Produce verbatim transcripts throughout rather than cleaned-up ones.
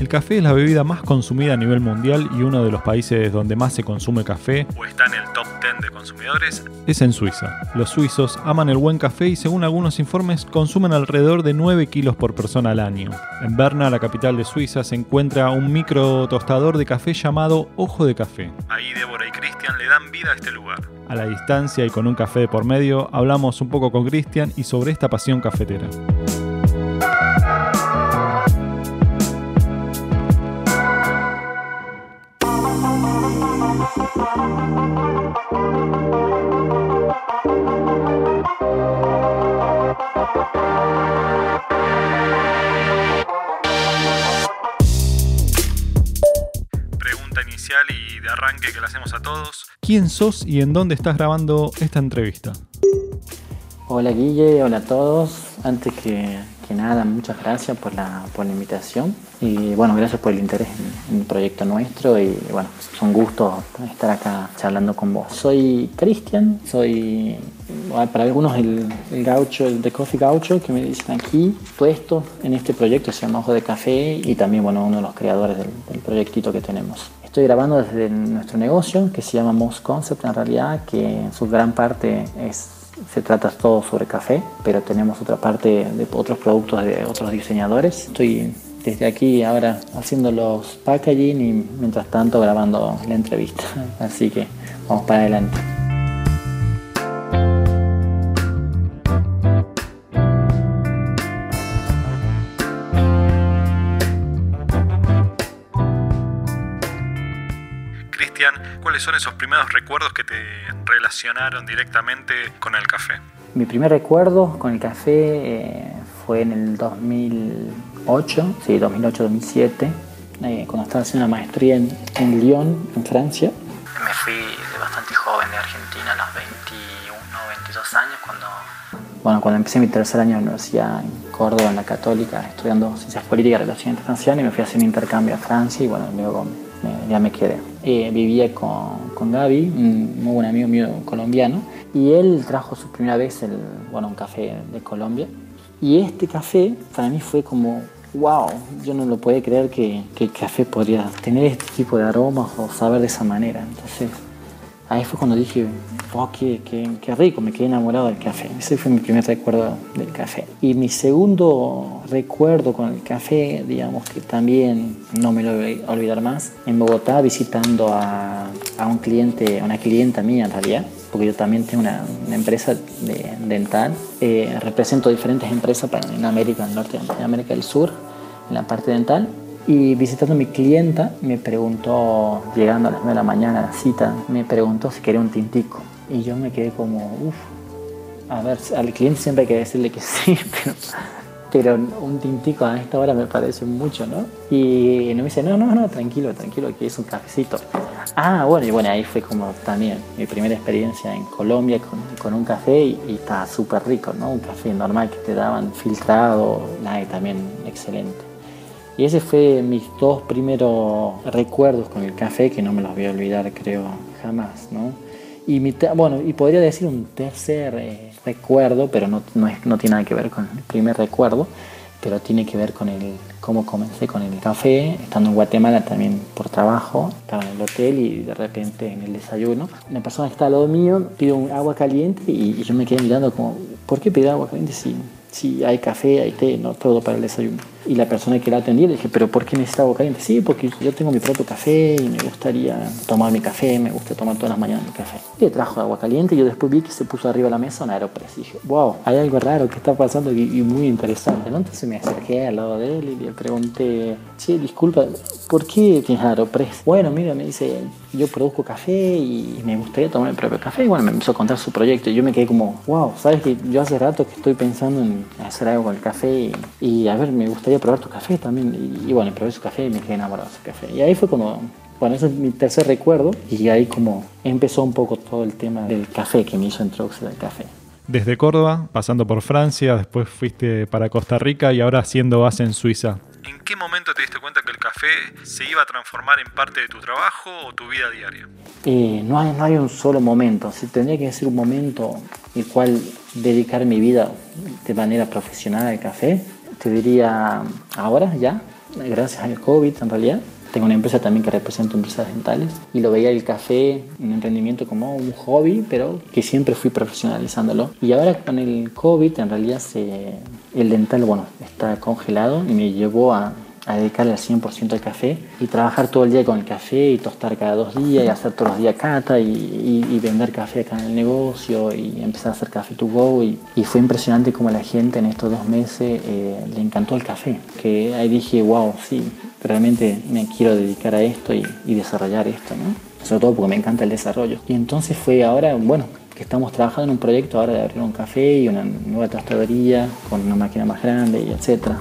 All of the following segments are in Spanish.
El café es la bebida más consumida a nivel mundial y uno de los países donde más se consume café, o está en el top diez de consumidores, es en Suiza. Los suizos aman el buen café y según algunos informes consumen alrededor de nueve kilos por persona al año. En Berna, la capital de Suiza, se encuentra un micro tostador de café llamado Ojo de Café. Ahí Débora y Cristian le dan vida a este lugar. A la distancia y con un café de por medio, hablamos un poco con Cristian y sobre esta pasión cafetera. Pregunta inicial y de arranque que le hacemos a todos. ¿Quién sos y en dónde estás grabando esta entrevista? Hola Guille, hola a todos. Antes que, que nada, muchas gracias por la, por la invitación. Y bueno, gracias por el interés en, en el proyecto nuestro. Y bueno, es un gusto estar acá charlando con vos. Soy Cristian, soy para algunos el, el gaucho, el de Coffee Gaucho, que me dicen aquí, puesto en este proyecto, se llama Ojo de Café, y también bueno, uno de los creadores del, del proyectito que tenemos. Estoy grabando desde nuestro negocio, que se llama Moss Concept en realidad, que en su gran parte es, se trata todo sobre café, pero tenemos otra parte de otros productos de otros diseñadores. Estoy desde aquí ahora haciendo los packaging y mientras tanto grabando la entrevista. Así que vamos para adelante. ¿Cuáles son esos primeros recuerdos que te relacionaron directamente con el café? Mi primer recuerdo con el café eh, fue en el dos mil ocho, sí, dos mil ocho dos mil siete, eh, cuando estaba haciendo una maestría en, en Lyon, en Francia. Me fui de bastante joven de Argentina, a los veintiuno, veintidós años, cuando, bueno, cuando empecé mi tercer año de universidad en Córdoba, en la Católica, estudiando Ciencias Políticas y Relaciones Internacionales, y me fui a hacer un intercambio a Francia y bueno, luego me, ya me quedé. Eh, vivía con, con Gaby, un muy buen amigo mío colombiano, y él trajo su primera vez el, bueno, un café de Colombia. Y este café para mí fue como, wow, yo no lo podía creer que, que el café podría tener este tipo de aromas o saber de esa manera. Entonces ahí fue cuando dije, oh, qué, qué, qué rico, me quedé enamorado del café. Ese fue mi primer recuerdo del café. Y mi segundo recuerdo con el café, digamos que también no me lo voy a olvidar más, en Bogotá visitando a, a un cliente, a una clienta mía en realidad, porque yo también tengo una, una empresa de, dental. Eh, represento diferentes empresas para, en América del Norte, en América del Sur, en la parte dental. Y visitando a mi clienta, me preguntó, llegando a las nueve de la mañana a la cita, me preguntó si quería un tintico. Y yo me quedé como, uff, a ver, al cliente siempre hay que decirle que sí, pero, pero un tintico a esta hora me parece mucho, ¿no? Y me dice, no, no, no, tranquilo, tranquilo, que es un cafecito. Ah, bueno, y bueno, ahí fue como también mi primera experiencia en Colombia con, con un café y, y estaba súper rico, ¿no? Un café normal que te daban filtrado, nada, y también excelente. Y ese fue mis dos primeros recuerdos con el café, que no me los voy a olvidar, creo, jamás, ¿no? Y mi te- bueno, y podría decir un tercer eh, recuerdo, pero no, no, es, no tiene nada que ver con el primer recuerdo, pero tiene que ver con el cómo comencé con el café, estando en Guatemala también por trabajo, estaba en el hotel y de repente en el desayuno, una persona que está al lado mío pide un agua caliente y, y yo me quedé mirando como, ¿por qué pide agua caliente si, si hay café, hay té, no todo para el desayuno? Y la persona que la atendía le dije, ¿pero por qué necesita agua caliente? Sí, porque yo tengo mi propio café y me gustaría tomar mi café, me gusta tomar todas las mañanas mi café. Y le trajo agua caliente y yo después vi que se puso arriba de la mesa un Aeropress. Y dije, wow, hay algo raro que está pasando y, y muy interesante, ¿no? Entonces me acerqué al lado de él y le pregunté, che, disculpa, ¿por qué tienes Aeropress? Bueno, mira, me dice, yo produzco café y me gustaría tomar mi propio café. Y bueno, me empezó a contar su proyecto y yo me quedé como, wow, ¿sabes que yo hace rato que estoy pensando en hacer algo con el café y, y a ver, me gustaría probar tu café también? Y, y bueno, probé su café y me quedé enamorado de su café. Y ahí fue como, bueno, ese es mi tercer recuerdo y ahí como empezó un poco todo el tema del café que me hizo introducir al café. Desde Córdoba, pasando por Francia, después fuiste para Costa Rica y ahora haciendo base en Suiza. ¿En qué momento te diste cuenta que el café se iba a transformar en parte de tu trabajo o tu vida diaria? Eh, no, hay, no hay un solo momento. Si tendría que decir un momento el cual dedicar mi vida de manera profesional al café, te diría ahora ya, gracias al COVID en realidad. Tengo una empresa también que representa empresas dentales y lo veía el café, un emprendimiento como un hobby, pero que siempre fui profesionalizándolo. Y ahora con el COVID en realidad se, el dental, bueno, está congelado y me llevó a, a dedicarle al cien por ciento al café y trabajar todo el día con el café y tostar cada dos días y hacer todos los días cata y, y, y vender café acá en el negocio y empezar a hacer café to go y, y fue impresionante como la gente en estos dos meses eh, le encantó el café, que ahí dije wow, sí, realmente me quiero dedicar a esto y, y desarrollar esto, ¿no? Sobre todo porque me encanta el desarrollo. Y entonces fue ahora, bueno, que estamos trabajando en un proyecto ahora de abrir un café y una nueva tostadería con una máquina más grande y etcétera.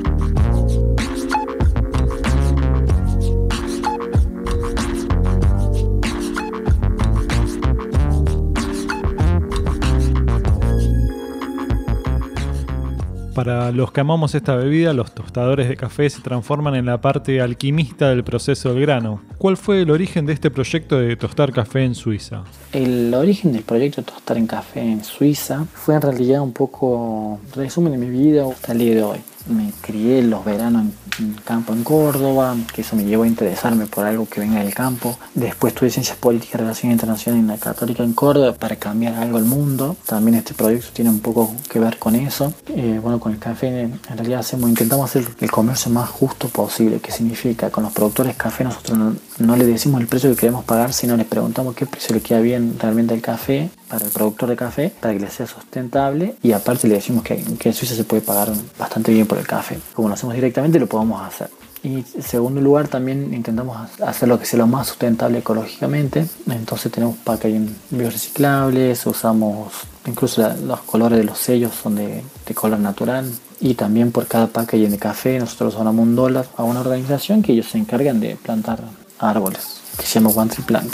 Para los que amamos esta bebida, los tostadores de café se transforman en la parte alquimista del proceso del grano. ¿Cuál fue el origen de este proyecto de tostar café en Suiza? El origen del proyecto de tostar en café en Suiza fue en realidad un poco resumen de mi vida hasta el día de hoy. Me crié los veranos en campo en Córdoba, que eso me llevó a interesarme por algo que venga del campo. Después estudié Ciencias Políticas y Relaciones Internacionales en la Católica en Córdoba para cambiar algo al mundo. También este proyecto tiene un poco que ver con eso. Eh, bueno, con el café en realidad hacemos, intentamos hacer el comercio más justo posible, que significa con los productores de café nosotros no, no le decimos el precio que queremos pagar, sino les preguntamos qué precio le queda bien realmente al café para el productor de café, para que le sea sustentable y aparte le decimos que, que en Suiza se puede pagar bastante bien por el café. Como lo hacemos directamente lo podemos hacer. Y en segundo lugar también intentamos hacer lo que sea lo más sustentable ecológicamente. Entonces tenemos packaging bioreciclables, usamos incluso la, los colores de los sellos son de, de color natural. Y también por cada packaging de café nosotros donamos un dólar a una organización que ellos se encargan de plantar árboles, que se llama One Tree Plant.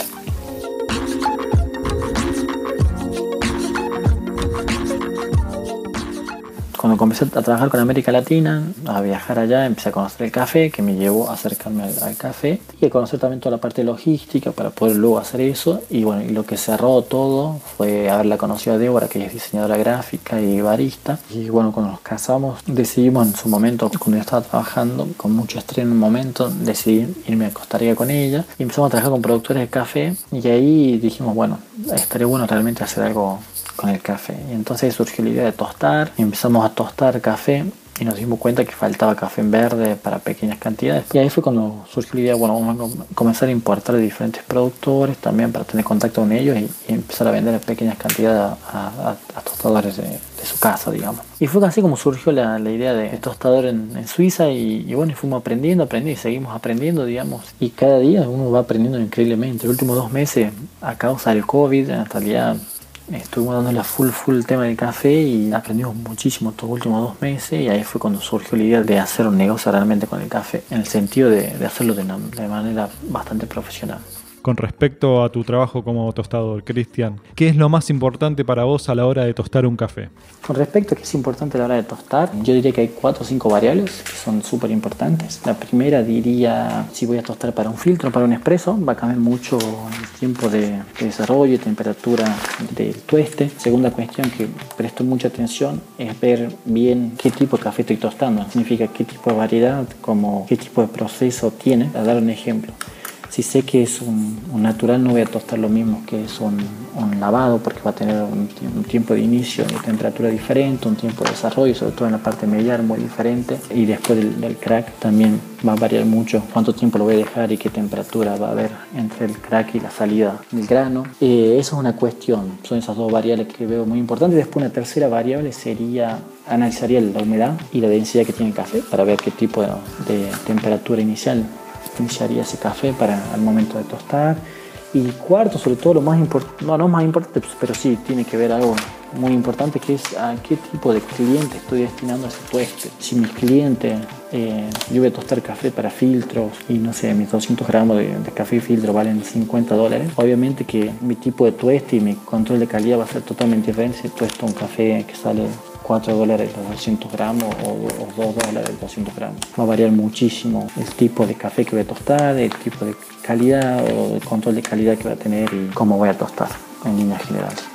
Cuando comencé a trabajar con América Latina, a viajar allá, empecé a conocer el café, que me llevó a acercarme al, al café y a conocer también toda la parte logística para poder luego hacer eso. Y bueno, y lo que cerró todo fue haberla conocido a Débora, que ella es diseñadora gráfica y barista. Y bueno, cuando nos casamos, decidimos en su momento, cuando yo estaba trabajando, con mucho estrés en un momento, decidí irme a Costa Rica con ella. Y empezamos a trabajar con productores de café y ahí dijimos, bueno, estaría bueno realmente hacer algo con el café. Y entonces surgió la idea de tostar y empezamos a tostar café y nos dimos cuenta que faltaba café en verde para pequeñas cantidades. Y ahí fue cuando surgió la idea, bueno, vamos a comenzar a importar de diferentes productores también para tener contacto con ellos y, y empezar a vender en pequeñas cantidades a, a, a tostadores de, de su casa, digamos. Y fue así como surgió la, la idea de tostador en, en Suiza y, y bueno, y fuimos aprendiendo, aprendiendo y seguimos aprendiendo, digamos. Y cada día uno va aprendiendo increíblemente. Los últimos dos meses, a causa del COVID, en realidad estuvimos dando la full full el tema del café y aprendimos muchísimo estos últimos dos meses y ahí fue cuando surgió la idea de hacer un negocio realmente con el café, en el sentido de, de hacerlo de, una, de manera bastante profesional. Con respecto a tu trabajo como tostador, Cristian, ¿qué es lo más importante para vos a la hora de tostar un café? Con respecto a qué es importante a la hora de tostar, yo diría que hay cuatro o cinco variables que son súper importantes. La primera diría, si voy a tostar para un filtro, para un espresso, va a cambiar mucho el tiempo de, de desarrollo y temperatura del tueste. Segunda cuestión que presto mucha atención es ver bien qué tipo de café estoy tostando. Significa qué tipo de variedad, como qué tipo de proceso tiene. A dar un ejemplo. Si sé que es un, un natural, no voy a tostar lo mismo que es un, un lavado, porque va a tener un, un tiempo de inicio de temperatura diferente, un tiempo de desarrollo, sobre todo en la parte medial, muy diferente. Y después del, del crack también va a variar mucho cuánto tiempo lo voy a dejar y qué temperatura va a haber entre el crack y la salida del grano. Eh, eso es una cuestión, son esas dos variables que veo muy importantes. Después una tercera variable sería, analizaría la humedad y la densidad que tiene el café para ver qué tipo de, de temperatura inicial iniciaría ese café para el momento de tostar. Y cuarto, sobre todo lo más importante, no, no más importante, pero sí tiene que ver algo muy importante, que es a qué tipo de cliente estoy destinando ese tueste. Si mis clientes, eh, yo voy a tostar café para filtros y no sé, mis doscientos gramos de, de café filtro valen cincuenta dólares, obviamente que mi tipo de tueste y mi control de calidad va a ser totalmente diferente si tuesto un café que sale cuatro dólares los doscientos gramos o, o dos dólares los doscientos gramos. Va a variar muchísimo el tipo de café que voy a tostar, el tipo de calidad o el control de calidad que voy a tener y cómo voy a tostar en líneas generales.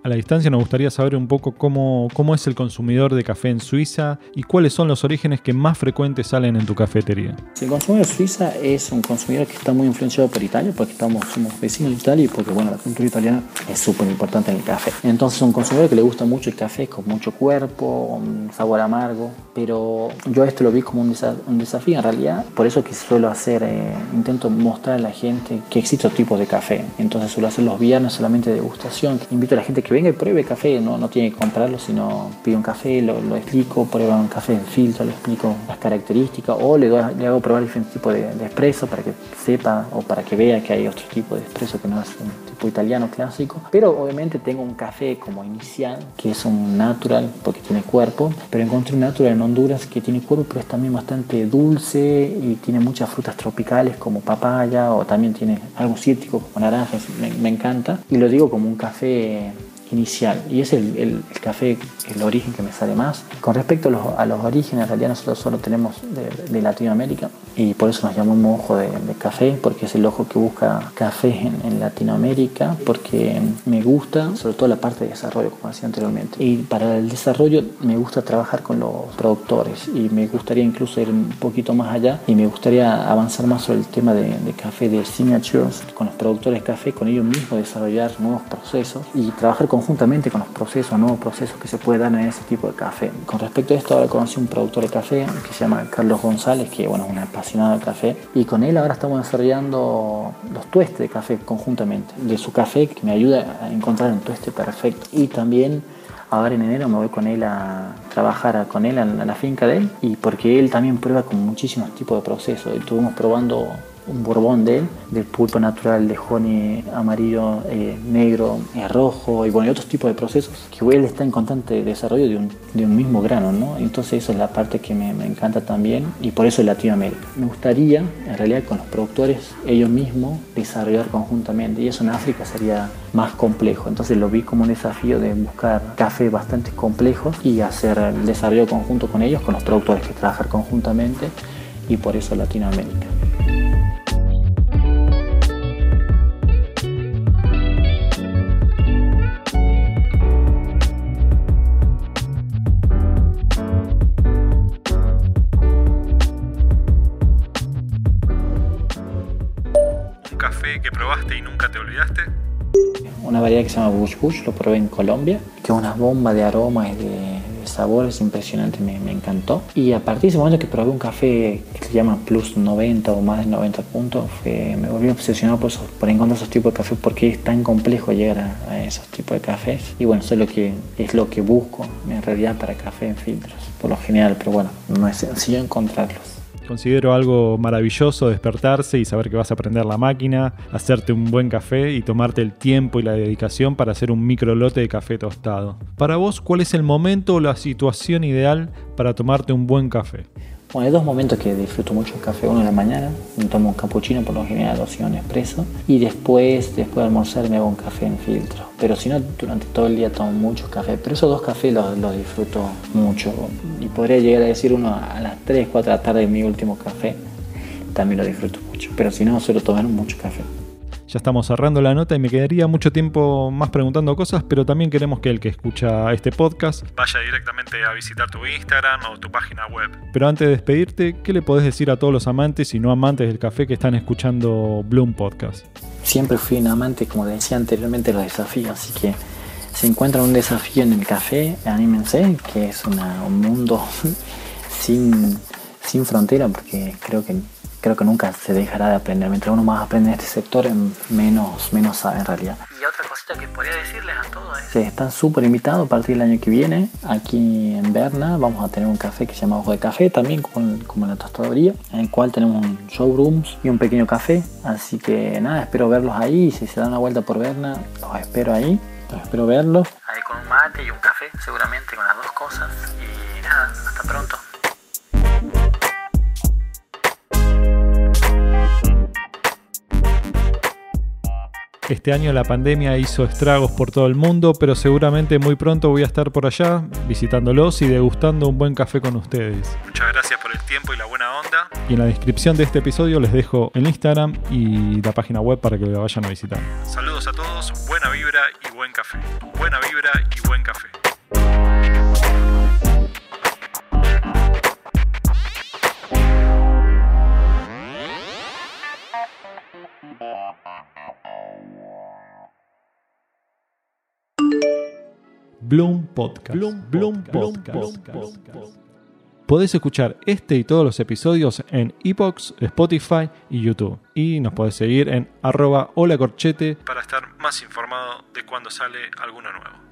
A la distancia nos gustaría saber un poco cómo, cómo es el consumidor de café en Suiza y cuáles son los orígenes que más frecuentes salen en tu cafetería. El consumidor de Suiza es un consumidor que está muy influenciado por Italia, porque estamos, somos vecinos de Italia y porque bueno, la cultura italiana es súper importante en el café. Entonces es un consumidor que le gusta mucho el café, con mucho cuerpo, un sabor amargo, pero yo esto lo vi como un, desa- un desafío en realidad, por eso que suelo hacer, eh, intento mostrar a la gente que existen tipos de café. Entonces suelo hacer los viernes solamente de degustación, invito a la gente que venga y pruebe café, no, no tiene que comprarlo, sino pide un café, lo, lo explico, prueba un café en filtro, le explico las características o le, doy, le hago probar diferentes tipos de, de espresso para que sepa o para que vea que hay otro tipo de espresso que no es un tipo italiano clásico. Pero obviamente tengo un café como inicial, que es un natural porque tiene cuerpo, pero encontré un natural en Honduras que tiene cuerpo pero es también bastante dulce y tiene muchas frutas tropicales como papaya o también tiene algo cítrico como naranjas, me, me encanta. Y lo digo como un café inicial y es el, el, el café, el origen que me sale más. Con respecto a los, a los orígenes, en realidad nosotros solo tenemos de, de Latinoamérica y por eso nos llamamos ojo de, de café, porque es el ojo que busca café en, en Latinoamérica, porque me gusta sobre todo la parte de desarrollo, como decía anteriormente, y para el desarrollo me gusta trabajar con los productores y me gustaría incluso ir un poquito más allá y me gustaría avanzar más sobre el tema de, de café de signatures, con los productores de café, con ellos mismos desarrollar nuevos procesos y trabajar con conjuntamente con los procesos, nuevos procesos que se puede dar en ese tipo de café. Con respecto a esto, ahora conocí un productor de café que se llama Carlos González, que bueno, es un apasionado de café, y con él ahora estamos desarrollando los tuestes de café conjuntamente, de su café, que me ayuda a encontrar un tueste perfecto. Y también ahora en enero me voy con él a trabajar con él a la finca de él, y porque él también prueba con muchísimos tipos de procesos. Estuvimos probando un borbón de él, del pulpo natural de honey amarillo, eh, negro, eh, rojo y bueno, y otros tipos de procesos que él está en constante desarrollo de un, de un mismo grano, ¿no? Entonces esa es la parte que me, me encanta también y por eso Latinoamérica. Me gustaría, en realidad, con los productores ellos mismos desarrollar conjuntamente y eso en África sería más complejo. Entonces lo vi como un desafío de buscar cafés bastante complejos y hacer el desarrollo conjunto con ellos, con los productores que trabajar conjuntamente y por eso Latinoamérica. ¿Que probaste y nunca te olvidaste? Una variedad que se llama Bush Bush, lo probé en Colombia, que es una bomba de aromas y de, de sabores impresionante, me, me encantó. Y a partir de ese momento que probé un café que se llama Plus noventa o más de noventa puntos, fue, me volví obsesionado por, eso, por encontrar esos tipos de cafés, porque es tan complejo llegar a, a esos tipos de cafés. Y bueno, eso es lo que, es lo que busco en realidad para café en filtros, por lo general, pero bueno, no es sencillo encontrarlos. Considero algo maravilloso despertarse y saber que vas a prender la máquina, hacerte un buen café y tomarte el tiempo y la dedicación para hacer un micro lote de café tostado. Para vos, ¿cuál es el momento o la situación ideal para tomarte un buen café? Bueno, hay dos momentos que disfruto mucho el café. Uno en la mañana, me tomo un cappuccino, por lo general o si no un espresso. Y después, después de almorzar, me hago un café en filtro. Pero si no, durante todo el día tomo muchos cafés. Pero esos dos cafés los, los disfruto mucho. Y podría llegar a decir uno a las tres, cuatro de la tarde, mi último café. También lo disfruto mucho. Pero si no, suelo tomar mucho café. Ya estamos cerrando la nota y me quedaría mucho tiempo más preguntando cosas, pero también queremos que el que escucha este podcast vaya directamente a visitar tu Instagram o tu página web. Pero antes de despedirte, ¿qué le podés decir a todos los amantes y no amantes del café que están escuchando Bloom Podcast? Siempre fui un amante, como decía anteriormente, de los desafíos, así que si encuentran un desafío en el café, anímense, que es una, un mundo sin, sin frontera, porque creo que Creo que nunca se dejará de aprender. Mientras uno más aprende en este sector, menos, menos sabe en realidad. Y otra cosita que podría decirles a todos es... Sí, están súper invitados a partir del año que viene. Aquí en Berna vamos a tener un café que se llama Ojo de Café, también como, como en la tostadoría, en el cual tenemos un showroom y un pequeño café. Así que nada, espero verlos ahí. Si se dan una vuelta por Berna, los espero ahí. Los espero verlos. Ahí con un mate y un café, seguramente con las dos cosas. Y nada, hasta pronto. Este año la pandemia hizo estragos por todo el mundo, pero seguramente muy pronto voy a estar por allá visitándolos y degustando un buen café con ustedes. Muchas gracias por el tiempo y la buena onda. Y en la descripción de este episodio les dejo el Instagram y la página web para que lo vayan a visitar. Saludos a todos, buena buena vibra y buen café. Buena vibra y buen café. Bloom Podcast. Bloom, Bloom Podcast. Podcast. Podés escuchar este y todos los episodios en iVoox, Spotify y YouTube. Y nos podés seguir en arroba holacorchete para estar más informado de cuando sale alguno nuevo.